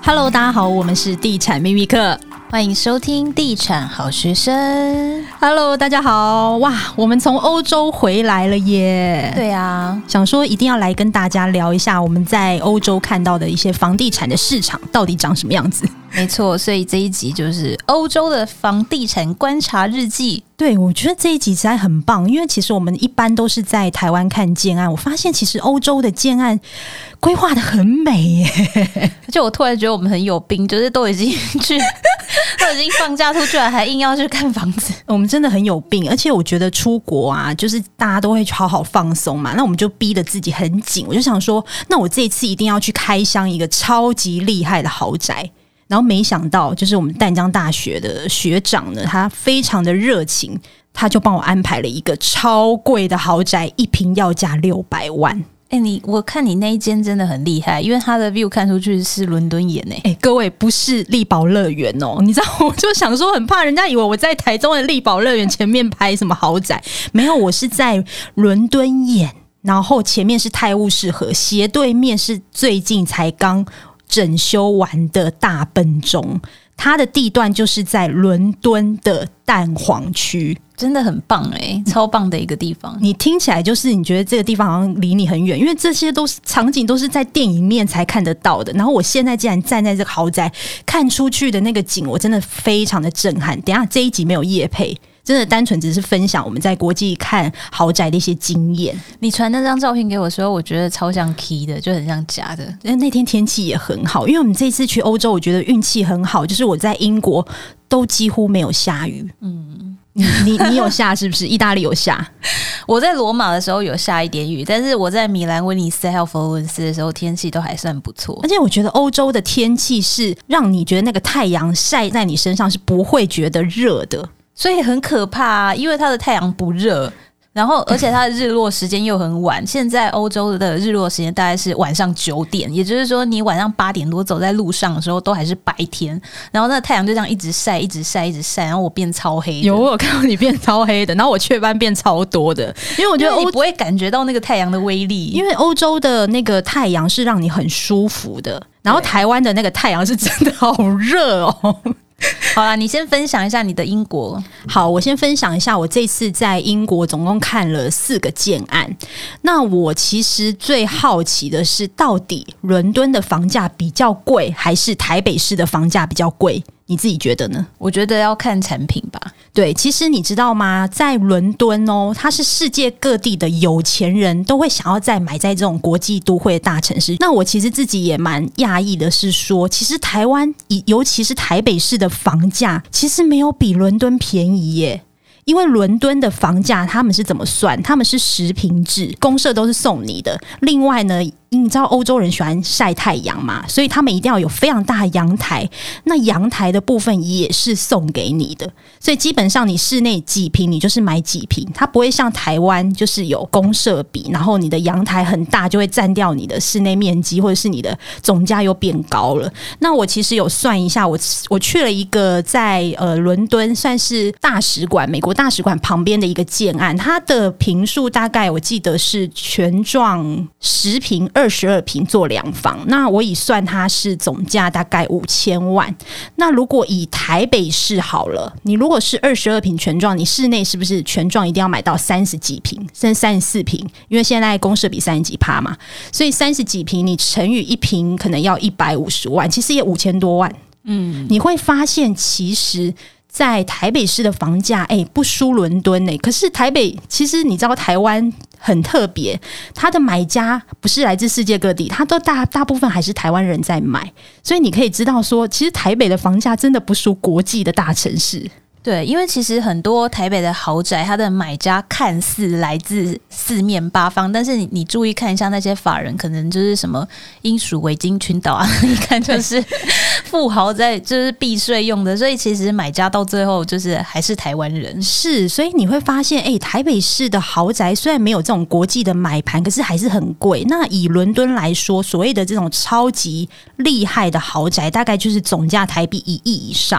Hello， 大家好，我们是地产秘密课， 欢迎收听地产好学生。 Hello， 大家好！哇，我们从欧洲回来了耶！ 对啊， 想说一定要来跟大家聊一下我们在欧洲看到的一些房地产的市场到底长什么样子。 没错，所以这一集就是欧洲的房地产观察日记。 对，我觉得这一集实在很棒，因为其实我们一般都是在台湾看建案，我发现其实欧洲的建案规划的很美耶。 而且我突然觉得我们很有病，就是都已经放假出去了，还硬要去看房子。 我们真的很有病，而且我觉得出国啊，就是大家都会好好放松嘛，那我们就逼得自己很紧。我就想说，那我这一次一定要去开箱一个超级厉害的豪宅。然后没想到，就是我们淡江大学的学长呢，他非常的热情，他就帮我安排了一个超贵的豪宅，一坪要价600万。 我看你那一间真的很厉害，因为它的 view 看出去是伦敦眼各位不是丽宝乐园哦，你知道我就想说很怕人家以为我在台中的丽宝乐园前面拍什么豪宅，没有，我是在伦敦眼，然后前面是泰晤士河，斜对面是最近才刚整修完的大笨钟，它的地段就是在伦敦的蛋黄区， 真的很棒超棒的一个地方。 你听起来就是你觉得这个地方好像离你很远，因为这些都是场景都是在电影面才看得到的。然后我现在竟然站在这个豪宅看出去的那个景，我真的非常的震撼。等一下这一集没有业配，真的单纯只是分享我们在国际看豪宅的一些经验。 你传那张照片给我的时候，我觉得超像 key 的，就很像假的。 那天天气也很好，因为我们这次去欧洲，我觉得运气很好，就是我在英国都几乎没有下雨。你有下是不是？意大利有下？ 我在罗马的时候有下一点雨，但是我在米兰、威尼斯还有佛罗伦斯的时候天气都还算不错。 而且我觉得欧洲的天气是让你觉得那个太阳晒在你身上是不会觉得热的， 所以很可怕啊，因为它的太阳不热，然后而且它的日落时间又很晚。现在欧洲的日落时间大概是晚上9点，也就是说你晚上8点多走在路上的时候都还是白天，然后那个太阳就这样一直晒一直晒一直晒，然后我变超黑的。 有，我有看到你变超黑的，然后我雀斑变超多的，因为我觉得你不会感觉到那个太阳的威力， 因为欧洲的那个太阳是让你很舒服的，然后台湾的那个太阳是真的好热哦。 好啦，你先分享一下你的英国。 好，我先分享一下我这次在英国总共看了4个建案。那我其实最好奇的是，到底伦敦的房价比较贵，还是台北市的房价比较贵？你自己觉得呢？ 我觉得要看产品吧。 对，其实你知道吗？在伦敦哦，它是世界各地的有钱人都会想要再买在这种国际都会的大城市。那我其实自己也蛮讶异的是说，其实台湾尤其是台北市的房价其实没有比伦敦便宜耶。因为伦敦的房价他们是怎么算？他们是10坪制，公社都是送你的。另外呢，你知道欧洲人喜欢晒太阳嘛，所以他们一定要有非常大的阳台，那阳台的部分也是送给你的，所以基本上你室内几坪你就是买几坪，它不会像台湾就是有公设比，然后你的阳台很大就会占掉你的室内面积，或者是你的总价又变高了。那我其实有算一下，我去了一个在伦敦算是大使馆，美国大使馆旁边的一个建案，它的坪数大概我记得是全幢10坪22坪做2房，那我以算它是总价大概5000万。那如果以台北市好了，你如果是22坪全幢，你室内是不是全幢一定要买到30几坪甚至34坪？因为现在公设比30几%嘛，所以30几坪你乘以1坪可能要150万，其实也5000多万。你会发现其实在台北市的房价不输伦敦可是台北其实你知道台湾很特别，他的买家不是来自世界各地，他都大部分还是台湾人在买，所以你可以知道说其实台北的房价真的不输国际的大城市。 对，因为其实很多台北的豪宅，它的买家看似来自四面八方，但是你注意看一下那些法人，可能就是什么英属维京群岛啊，一看就是富豪在就是避税用的，所以其实买家到最后就是还是台湾人。 是，所以你会发现，台北市的豪宅虽然没有这种国际的买盘，可是还是很贵。那以伦敦来说，所谓的这种超级厉害的豪宅，大概就是总价台币1亿以上。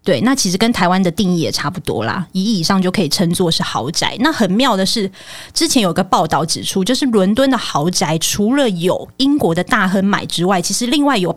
对，那其实跟台湾的定义也差不多啦，1亿以上就可以称作是豪宅。那很妙的是，之前有个报道指出，就是伦敦的豪宅除了有英国的大亨买之外，其实另外有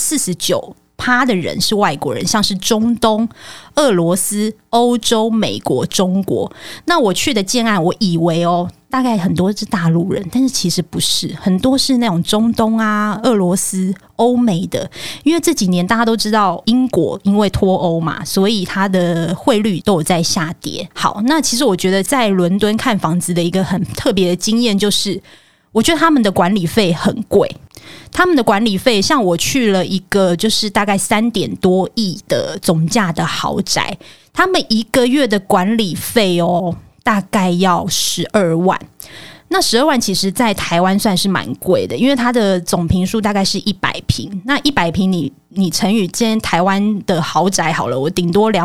49%的人是外国人，像是中东、俄罗斯、欧洲、美国、中国。那我去的建案，我以为大概很多是大陆人，但是其实不是，很多是那种中东啊、俄罗斯、欧美的。因为这几年大家都知道英国因为脱欧嘛，所以它的汇率都有在下跌。好，那其实我觉得在伦敦看房子的一个很特别的经验就是，我觉得他们的管理费很贵。他们的管理费，像我去了一个就是大概3点多亿的总价的豪宅，他们一个月的管理费大概要12万。那12万其实在台湾算是蛮贵的，因为它的总坪数大概是100坪，那100坪你乘以今天台湾的豪宅好了，我顶多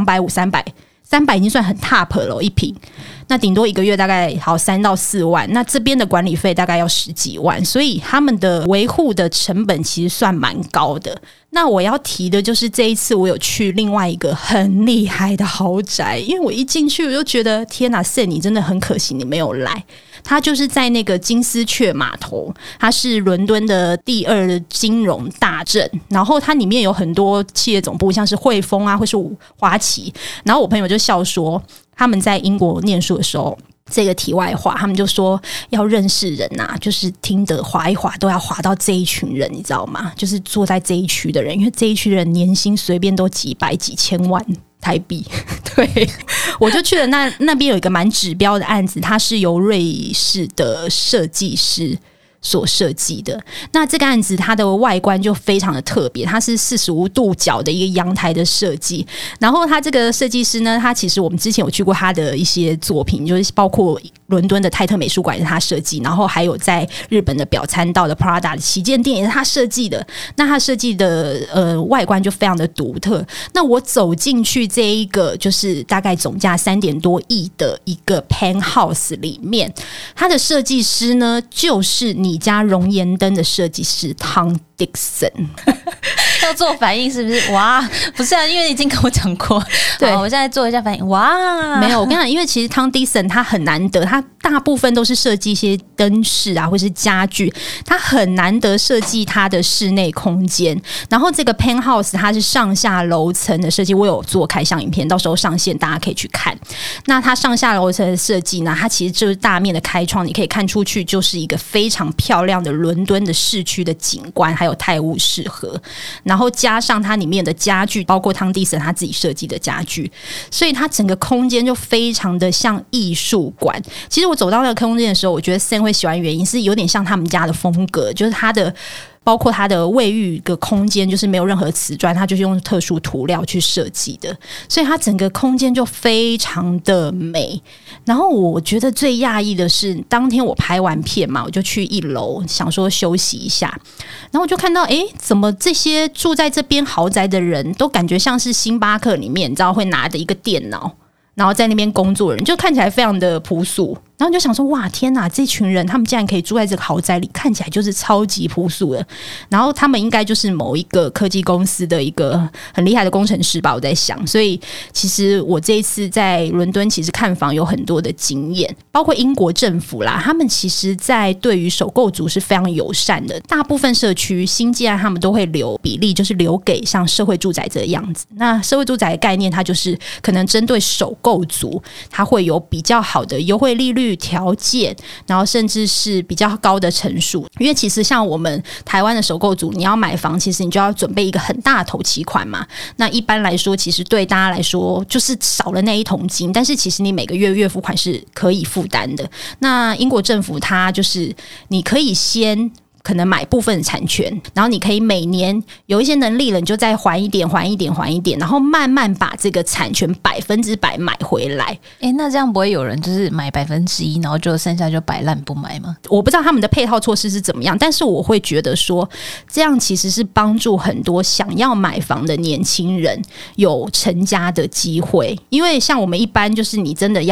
250、300已经算很 top 了一坪，那顶多一个月大概好3到4万，那这边的管理费大概要10几万，所以他们的维护的成本其实算蛮高的。那我要提的就是这一次我有去另外一个很厉害的豪宅，因为我一进去我就觉得天哪，Sen你真的很可惜你没有来。它就是在那个金丝雀码头，它是伦敦的第2金融大镇，然后它里面有很多企业总部，像是汇丰啊或是花旗。然后我朋友就笑说他们在英国念书的时候，这个题外话，他们就说要认识人啊，就是听得滑一滑都要滑到这一群人，你知道吗？就是坐在这一区的人，因为这一区人年薪随便都几百几千万台币。对，我就去了那边有一个蛮指标的案子，它是由瑞士的设计师所设计的。那这个案子它的外观就非常的特别，它是45度角的一个阳台的设计。然后他这个设计师呢，他其实我们之前有去过他的一些作品，就是包括伦敦的泰特美术馆也是他设计，然后还有在日本的表参道的 Prada 的旗舰店也是他设计的。那他设计的外观就非常的独特。那我走进去这一个就是大概总价3点多亿的一个 penthouse 里面，他的设计师呢就是你家熔岩灯的设计师汤Dixon。 要做反应是不是？哇，不是啊，因为你已经跟我讲过。对，我现在做一下反应。哇， 没有，我跟你讲，因为其实汤 Dixon 他很难得，他大部分都是设计一些灯饰啊，或是家具，他很难得设计他的室内空间。然后这个 penthouse 它是上下楼层的设计，我有做开箱影片，到时候上线大家可以去看。那它上下楼层的设计呢，它其实就是大面的开窗，你可以看出去就是一个非常漂亮的伦敦的市区的景观，还有泰晤士河。然后加上它里面的家具，包括汤迪森他自己设计的家具，所以它整个空间就非常的像艺术馆。其实我走到那个空间的时候，我觉得 Sen 会喜欢原因是有点像他们家的风格，就是它的包括它的卫浴的空间就是没有任何瓷砖，它就是用特殊涂料去设计的，所以它整个空间就非常的美。然后我觉得最讶异的是，当天我拍完片嘛，我就去1楼想说休息一下，然后我就看到怎么这些住在这边豪宅的人都感觉像是星巴克里面你知道会拿着一个电脑然后在那边工作的人，就看起来非常的朴素。然后你就想说，哇，天哪，这群人他们竟然可以住在这个豪宅里，看起来就是超级朴素的。然后他们应该就是某一个科技公司的一个很厉害的工程师吧，我在想。所以其实我这一次在伦敦其实看房有很多的经验，包括英国政府啦，他们其实在对于首购族是非常友善的。大部分社区新建案他们都会留比例，就是留给像社会住宅这个样子。那社会住宅的概念，它就是可能针对首购族，它会有比较好的优惠利率条件，然后甚至是比较高的成数。因为其实像我们台湾的首购族，你要买房其实你就要准备一个很大的头期款嘛，那一般来说其实对大家来说就是少了那一桶金，但是其实你每个月月付款是可以负担的。那英国政府它就是你可以先可能买部分的产权，然后你可以每年有一些能力了，你就再还一点，然后慢慢把这个产权100%买回来。 那这样不会有人就是买1%，然后就剩下就摆烂不买吗？ 我不知道他们的配套措施是怎么样，但是我会觉得说，这样其实是帮助很多想要买房的年轻人有成家的机会。因为像我们一般就是你真的要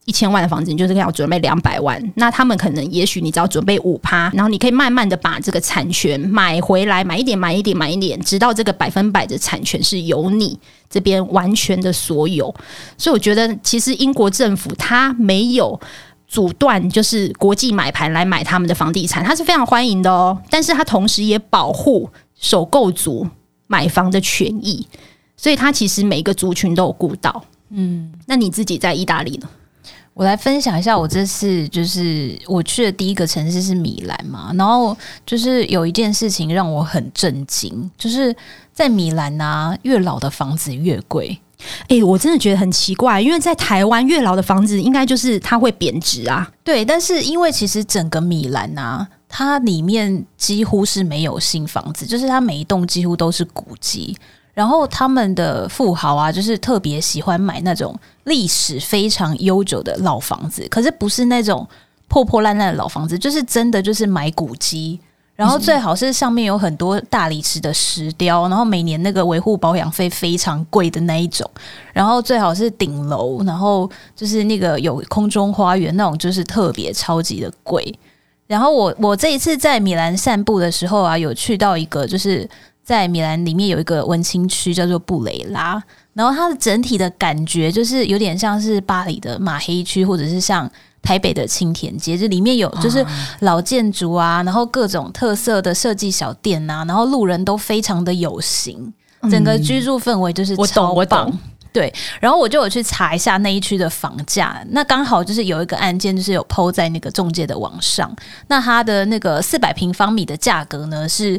1000万的房子，你就是要准备200万。那他们可能也许你只要准备5%，然后你可以慢慢的把这个产权买回来，买一点，直到这个100%的产权是由你这边完全的所有。所以我觉得其实英国政府它没有阻断就是国际买盘来买他们的房地产，它是非常欢迎的哦。但是它同时也保护首购族买房的权益，所以它其实每个族群都有顾到。那你自己在意大利呢？ 我来分享一下，我这次就是我去的第一个城市是米兰嘛，然后就是有一件事情让我很震惊，就是在米兰啊，越老的房子越贵。 我真的觉得很奇怪，因为在台湾越老的房子应该就是它会贬值啊。 对，但是因为其实整个米兰啊，它里面几乎是没有新房子，就是它每一栋几乎都是古迹。然后他们的富豪啊，就是特别喜欢买那种历史非常悠久的老房子，可是不是那种破破烂烂的老房子，就是真的就是买古迹，然后最好是上面有很多大理石的石雕，然后每年那个维护保养费非常贵的那一种，然后最好是顶楼，然后就是那个有空中花园那种，就是特别超级的贵。然后我这一次在米兰散步的时候啊，有去到一个就是在米兰里面有一个文青区叫做布雷拉，然后它的整体的感觉就是有点像是巴黎的马黑区，或者是像台北的青田街，就里面有就是老建筑啊，然后各种特色的设计小店啊，然后路人都非常的有型，整个居住氛围就是超棒。我懂。对，然后我就有去查一下那一区的房价，那刚好就是有一个案件就是有 po 在那个中介的网上，那它的那个400平方米的价格呢是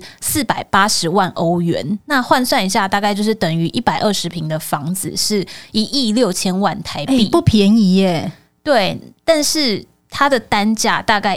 480万欧元，那换算一下大概就是等于120平的房子是1.6亿台币， 不便宜耶。 对，但是它的单价大概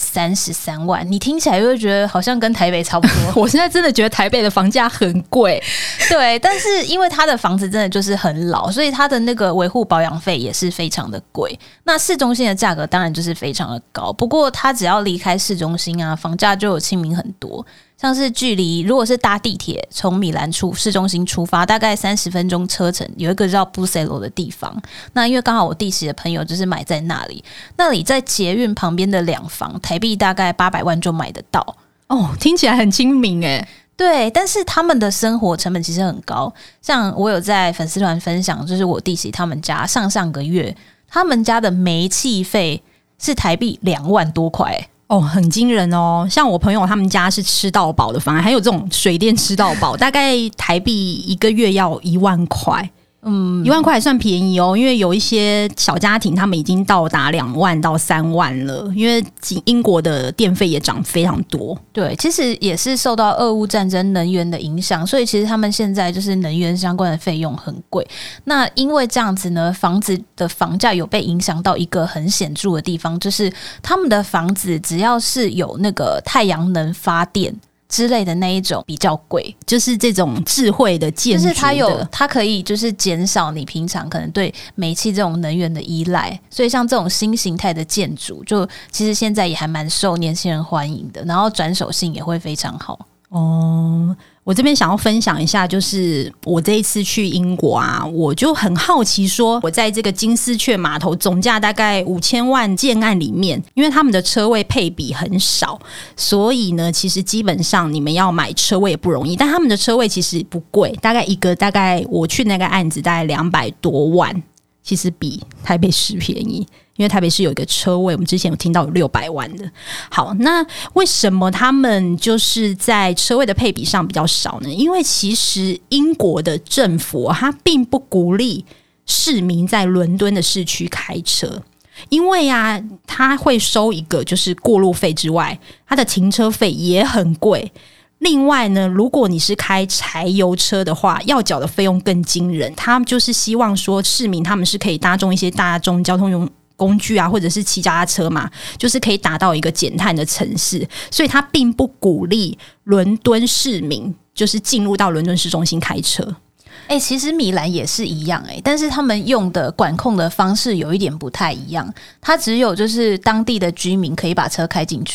133万，你听起来就会觉得好像跟台北差不多。 我现在真的觉得台北的房价很贵。 对，但是因为它的房子真的就是很老，所以它的那个维护保养费也是非常的贵。那市中心的价格当然就是非常的高，不过它只要离开市中心啊，房价就有亲民很多。像是距离如果是搭地铁从米兰市中心出发，大概30分钟车程，有一个叫布塞罗的地方。那因为刚好我弟媳的朋友就是买在那里，那里在捷运旁边的2房，台币大概800万就买得到。 哦，听起来很亲民耶。 对，但是他们的生活成本其实很高。像我有在粉丝团分享，就是我弟媳他们家上个月，他们家的煤气费是台币2万多块。 很惊人哦！像我朋友他们家是吃到饱的方案，还有这种水电吃到饱，大概台币1个月要1万块。1万块还算便宜哦，因为有一些小家庭他们已经到达2万到3万了，因为英国的电费也涨非常多。 对，其实也是受到俄乌战争能源的影响，所以其实他们现在就是能源相关的费用很贵。那因为这样子呢，房子的房价有被影响到一个很显著的地方，就是他们的房子只要是有那个太阳能发电之类的那一种比较贵， 就是这种智慧的建筑的， 就是它可以就是减少你平常可能对煤气这种能源的依赖，所以像这种新形态的建筑，就其实现在也还蛮受年轻人欢迎的，然后转手性也会非常好。 我这边想要分享一下，就是我这一次去英国啊，我就很好奇说，我在这个金丝雀码头总价大概5000万建案里面，因为他们的车位配比很少，所以呢，其实基本上你们要买车位也不容易，但他们的车位其实不贵，大概我去那个案子大概200多万，其实比台北市便宜。因为台北市有一个车位，我们之前有听到有600万的。好，那为什么他们就是在车位的配比上比较少呢？因为其实英国的政府它并不鼓励市民在伦敦的市区开车，因为啊，它会收一个就是过路费之外，它的停车费也很贵。另外呢，如果你是开柴油车的话，要缴的费用更惊人。他们就是希望说市民他们是可以搭中一些大众交通工具啊，或者是骑脚踏车嘛，就是可以达到一个减碳的城市，所以他并不鼓励伦敦市民就是进入到伦敦市中心开车。 其实米兰也是一样但是他们用的管控的方式有一点不太一样，它只有就是当地的居民可以把车开进去，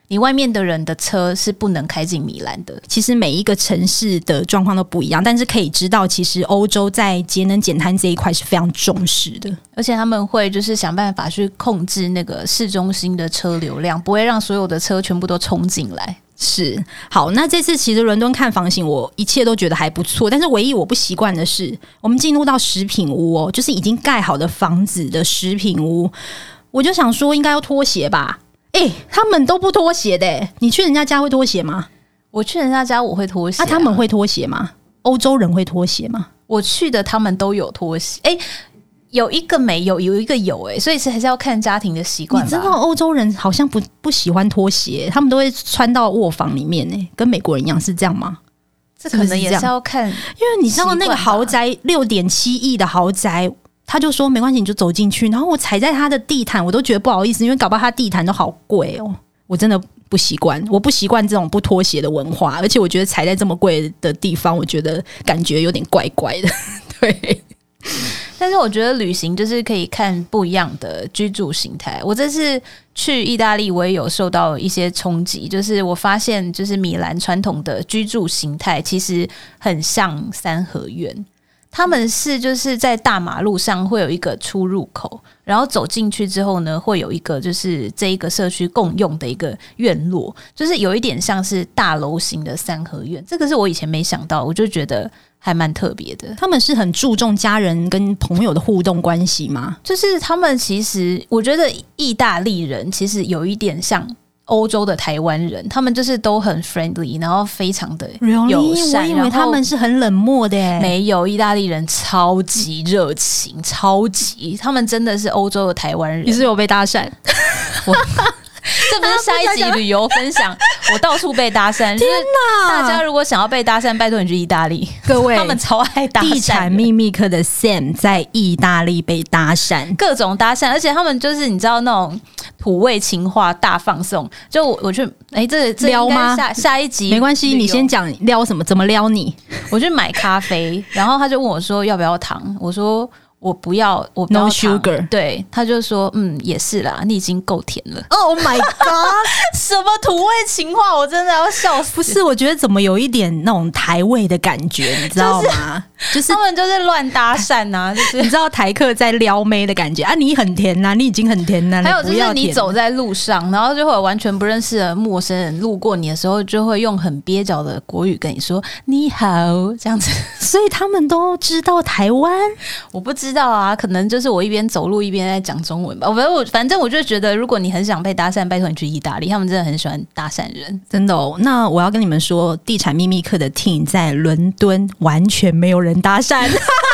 你外面的人的车是不能开进米兰的。 其实每一个城市的状况都不一样，但是可以知道，其实欧洲在节能减碳这一块是非常重视的， 而且他们会就是想办法去控制那个市中心的车流量，不会让所有的车全部都冲进来。 是，好，那这次其实伦敦看房型，我一切都觉得还不错，但是唯一我不习惯的是，我们进入到食品屋哦，就是已经盖好的房子的食品屋，我就想说应该要脱鞋吧。他们都不脱鞋的，你去人家家会脱鞋吗？ 我去人家家我会脱鞋他们会脱鞋吗？欧洲人会脱鞋吗？ 我去的他们都有脱鞋，有一个没有，有一个有，所以还是要看家庭的习惯吧。 你知道欧洲人好像不喜欢脱鞋，他们都会穿到卧房里面跟美国人一样，是这样吗？ 这可能也是要看，因为你知道那个豪宅6.7亿的豪宅，他就说没关系，你就走进去，然后我踩在他的地毯，我都觉得不好意思，因为搞不好他地毯都好贵哦，我真的不习惯，我不习惯这种不脱鞋的文化，而且我觉得踩在这么贵的地方，我觉得感觉有点怪怪的，对。 但是我觉得旅行就是可以看不一样的居住形态。我这次去意大利，我也有受到一些冲击，就是我发现，就是米兰传统的居住形态其实很像三合院。他们是就是在大马路上会有一个出入口，然后走进去之后呢，会有一个就是这一个社区共用的一个院落，就是有一点像是大楼型的三合院。这个是我以前没想到，我就觉得还蛮特别的。 他们是很注重家人跟朋友的互动关系吗？ 就是他们其实，我觉得意大利人其实有一点像欧洲的台湾人，他们就是都很 friendly， 然后非常的友善。 我以为他们是很冷漠的耶。 没有，意大利人超级热情，超级，他们真的是欧洲的台湾人。 你是有被搭讪？ 这不是下一集旅游分享，我到处被搭讪。天哪！大家如果想要被搭讪，拜托你去意大利。 各位， 他们超爱搭讪。 地产秘密课的 Sam 在意大利被搭讪， 各种搭讪，而且他们就是你知道那种土味情话大放送。就我去，这撩吗？ 下一集没关系，你先讲撩什么，怎么撩你？ 我去买咖啡，然后他就问我说要不要糖，我说我不要，我不要 No sugar。 对，他就说也是啦，你已经够甜了。 Oh my god！ 什么土味情话，我真的要笑死。 不是，我觉得怎么有一点那种台味的感觉，你知道吗？就是他们就是乱搭讪啊，就是你知道台客在撩妹的感觉啊，你很甜呐，你已经很甜呐。 还有就是你走在路上，然后就会有完全不认识的陌生人路过你的时候，就会用很蹩脚的国语跟你说你好这样子。 所以他们都知道台湾？ 我不知道啊，可能就是我一边走路一边在讲中文吧。反正我就觉得，如果你很想被搭讪，拜托你去意大利，他们真的很喜欢搭讪人， 真的哦。那我要跟你们说，地产秘密课的 team 在伦敦完全没有人搭讪。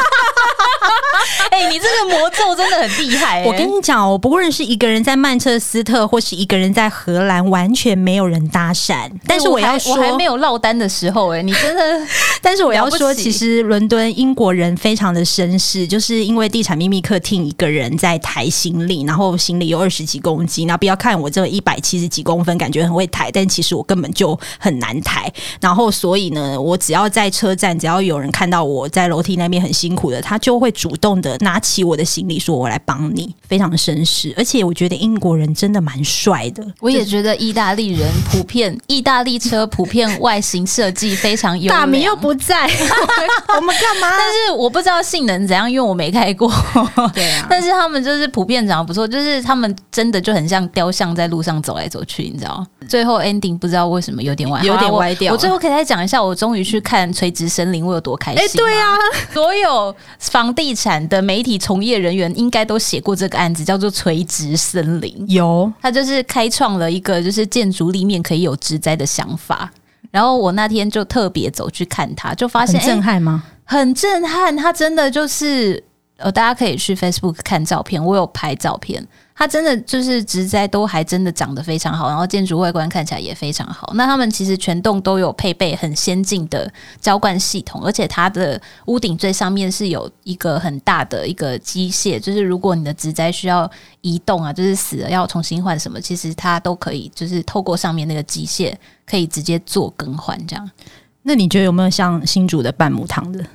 你这个魔咒真的很厉害。 我跟你讲哦，不论是一个人在曼彻斯特，或是一个人在荷兰，完全没有人搭讪。但是我要说， 我还没有落单的时候，你真的。 但是我要说，其实伦敦英国人非常的绅士，就是因为地产秘密客厅一个人在抬行李，然后行李有20几公斤，那不要看我这170几公分，感觉很会抬，但其实我根本就很难抬。然后所以呢，我只要在车站，只要有人看到我在楼梯那边很辛苦的，他就会主动的拿起我的行李说我来帮你，非常绅士。而且我觉得英国人真的蛮帅的。 我也觉得意大利人普遍，意大利车普遍外形设计非常优良。 大明又不在我们干嘛？ 但是我不知道性能怎样，因为我没开过。 对啊， 但是他们就是普遍长得不错，就是他们真的就很像雕像在路上走来走去，你知道。最后 ending 不知道为什么有点歪掉。我最后可以再讲一下，我终于去看垂直森林，我有多开心。 对啊， 所有房地产的媒体从业人员应该都写过这个案子，叫做垂直森林。 有， 他就是开创了一个就是建筑立面可以有植栽的想法。然后我那天就特别走去看它，就发现很震撼吗？ 很震撼，它真的就是大家可以去 Facebook 看照片，我有拍照片。它真的就是植栽都还真的长得非常好，然后建筑外观看起来也非常好。那他们其实全栋都有配备很先进的浇灌系统，而且它的屋顶最上面是有一个很大的一个机械，就是如果你的植栽需要移动啊，就是死了要重新换什么，其实它都可以，就是透过上面那个机械可以直接做更换这样。 那你觉得有没有像新竹的半亩堂的？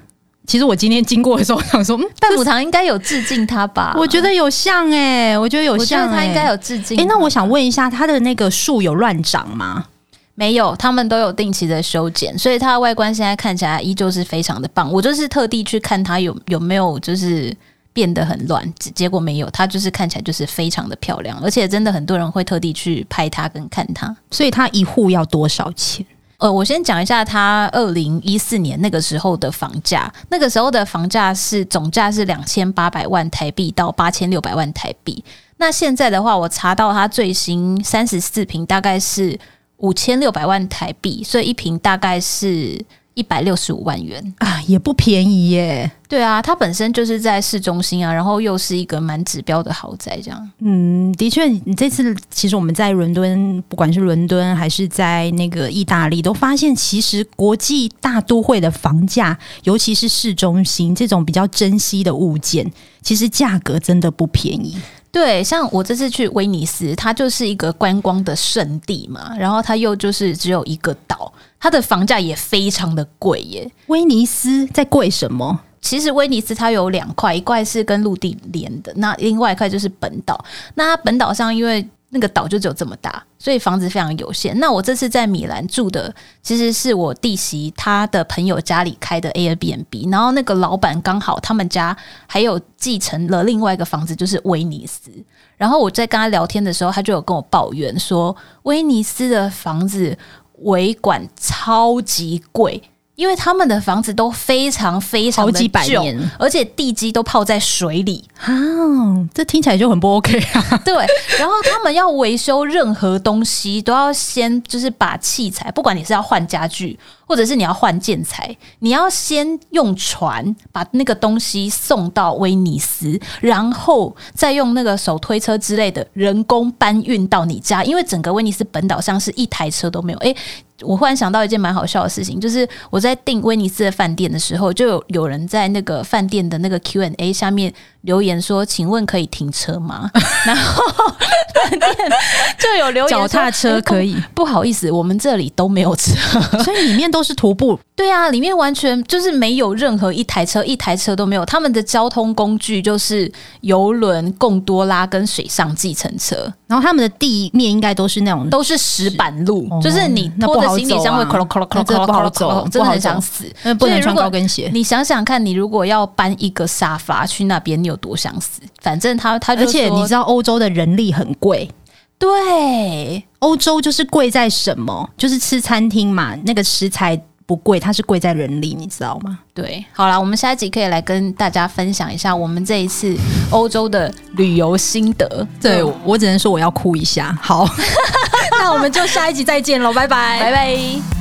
其实我今天经过的时候，我想说， 半母堂应该有致敬他吧？ 我觉得有像我觉得有像他应该有致敬。 那我想问一下，他的那个树有乱长吗？ 没有，他们都有定期的修剪，所以它的外观现在看起来依旧是非常的棒。我就是特地去看它有没有就是变得很乱，结果没有，它就是看起来就是非常的漂亮，而且真的很多人会特地去拍它跟看它。 所以它一户要多少钱？ 我先讲一下它2014年那个时候的房价，那个时候的房价是总价是2800万台币到8600万台币。那现在的话，我查到它最新34坪大概是5600万台币，所以一坪大概是165万元啊，也不便宜耶。 对啊，它本身就是在市中心啊，然后又是一个蛮指标的豪宅这样。 的确，这次其实我们在伦敦，不管是伦敦还是在那个意大利，都发现其实国际大都会的房价，尤其是市中心这种比较珍稀的物件，其实价格真的不便宜。 对，像我这次去威尼斯，它就是一个观光的圣地嘛，然后它又就是只有一个岛，它的房价也非常的贵耶。 威尼斯在贵什么？ 其实威尼斯它有2块，一块是跟陆地连的，那另外一块就是本岛。那它本岛上因为那个岛就只有这么大，所以房子非常有限。那我这次在米兰住的其实是我弟媳他的朋友家里开的 Airbnb， 然后那个老板刚好他们家还有继承了另外一个房子，就是威尼斯。然后我在跟他聊天的时候，他就有跟我抱怨说，威尼斯的房子维管超级贵。因为他们的房子都非常非常的旧， 好几百年， 而且地基都泡在水里啊，这听起来就很不 OK 啊。 对，然后他们要维修任何东西，都要先就是把器材，不管你是要换家具，或者是你要换建材，你要先用船把那个东西送到威尼斯，然后再用那个手推车之类的人工搬运到你家，因为整个威尼斯本岛上是一台车都没有。我忽然想到一件蛮好笑的事情，就是我在订威尼斯的饭店的时候，就有人在那个饭店的那个 Q&A 下面留言说，请问可以停车吗？然后饭店就有留言说， 脚踏车可以， 不好意思，我们这里都没有车。 所以里面都是徒步。 对啊，里面完全就是没有任何一台车都没有。他们的交通工具就是邮轮、贡多拉跟水上计程车， 然后他们的地面应该都是那种都是石板路，就是你拖着行李箱会咯咯咯咯咯不好走， 真的很想死， 不能穿高跟鞋。 你想想看，你如果要搬一个沙发去那边，你有多想死？反正他就说， 而且你知道欧洲的人力很贵。 对， 欧洲就是贵在什么？就是吃餐厅嘛，那个食材不贵，它是贵在人力，你知道吗？ 对，好啦，我们下一集可以来跟大家分享一下我们这一次欧洲的旅游心得。 对，我只能说我要哭一下。好，那我们就下一集再见喽，拜拜， 拜拜。